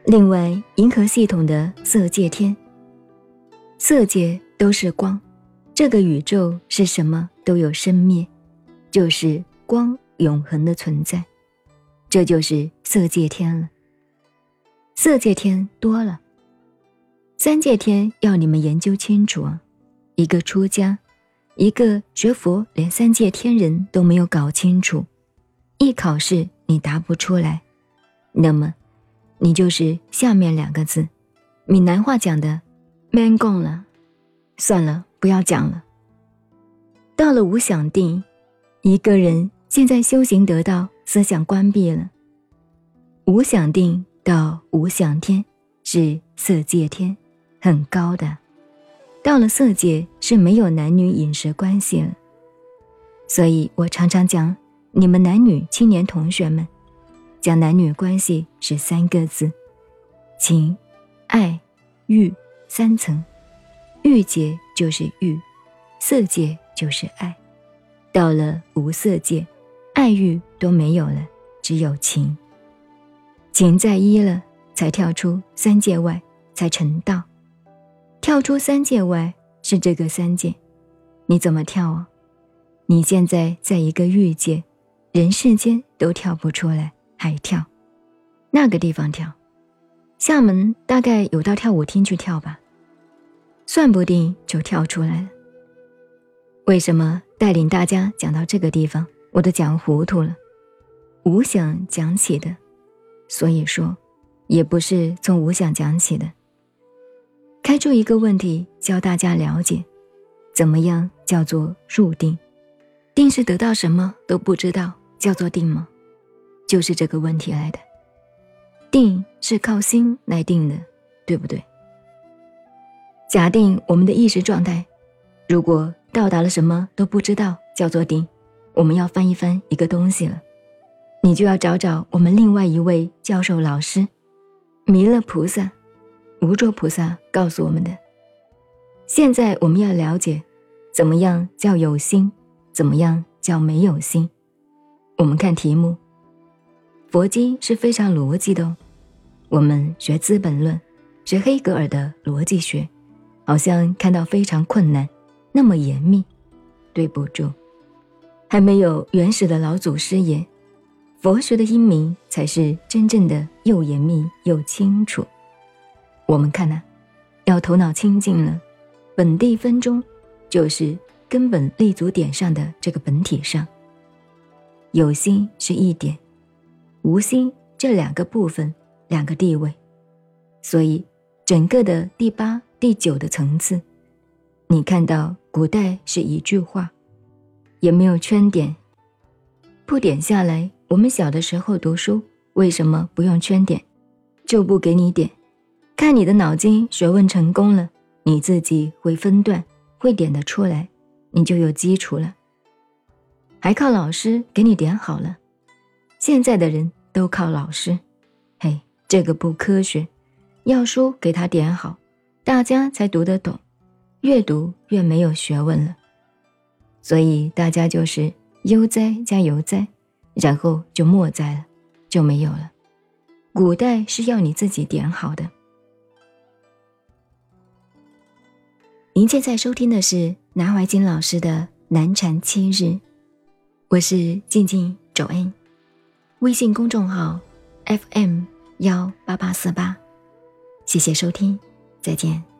另外，银河系统的色界天，色界都是光，这个宇宙是什么都有生灭，就是光永恒的存在，这就是色界天了。色界天多了，三界天要你们研究清楚啊！一个出家，一个学佛连三界天人都没有搞清楚，一考试你答不出来，那么你就是下面2个字，闽南话讲的免讲了，算了，不要讲了。到了无想定，一个人现在修行得到，思想关闭了。无想定到无想天是色界天，很高的。到了色界是没有男女饮食关系了。所以我常常讲，你们男女青年同学们，讲男女关系是3个字：情、爱、欲3层。欲界就是欲，色界就是爱。到了无色界，爱欲都没有了，只有情。情在一了，才跳出3界外，才成道。跳出3界外是这个3界，你怎么跳啊？你现在在一个欲界，人世间都跳不出来，还跳？那个地方跳，厦门大概有到跳舞厅去跳吧，算不定就跳出来了。为什么带领大家讲到这个地方，我都讲糊涂了。无想讲起的，所以说也不是从无想讲起的。开出一个问题教大家了解，怎么样叫做入定？定是得到什么都不知道，叫做定吗？就是这个问题来的。定是靠心来定的，对不对？假定我们的意识状态，如果到达了什么都不知道，叫做定，我们要翻一翻一个东西了。你就要找找我们另外一位教授老师，弥勒菩萨、无著菩萨告诉我们的。现在我们要了解，怎么样叫有心，怎么样叫没有心。我们看题目，佛经是非常逻辑的哦。我们学资本论，学黑格尔的逻辑学，好像看到非常困难，那么严密。对不住，还没有原始的老祖师爷，佛学的英明才是真正的又严密又清楚。我们看要头脑清净了，本地分中就是根本立足点上的这个本体上。有心是一点，无心这2个部分，2个地位。所以整个的第8、第9的层次，你看到古代是一句话，也没有圈点，不点下来。我们小的时候读书，为什么不用圈点？就不给你点，看你的脑筋学问成功了，你自己会分段，会点得出来，你就有基础了。还靠老师给你点好了。现在的人都靠老师，嘿，这个不科学。要书给他点好，大家才读得懂，越读越没有学问了。所以大家就是悠哉加悠哉，然后就没哉了，就没有了。古代是要你自己点好的。您现在收听的是南怀瑾老师的南禅7日，我是静静周恩，微信公众号 FM18848，谢谢收听，再见。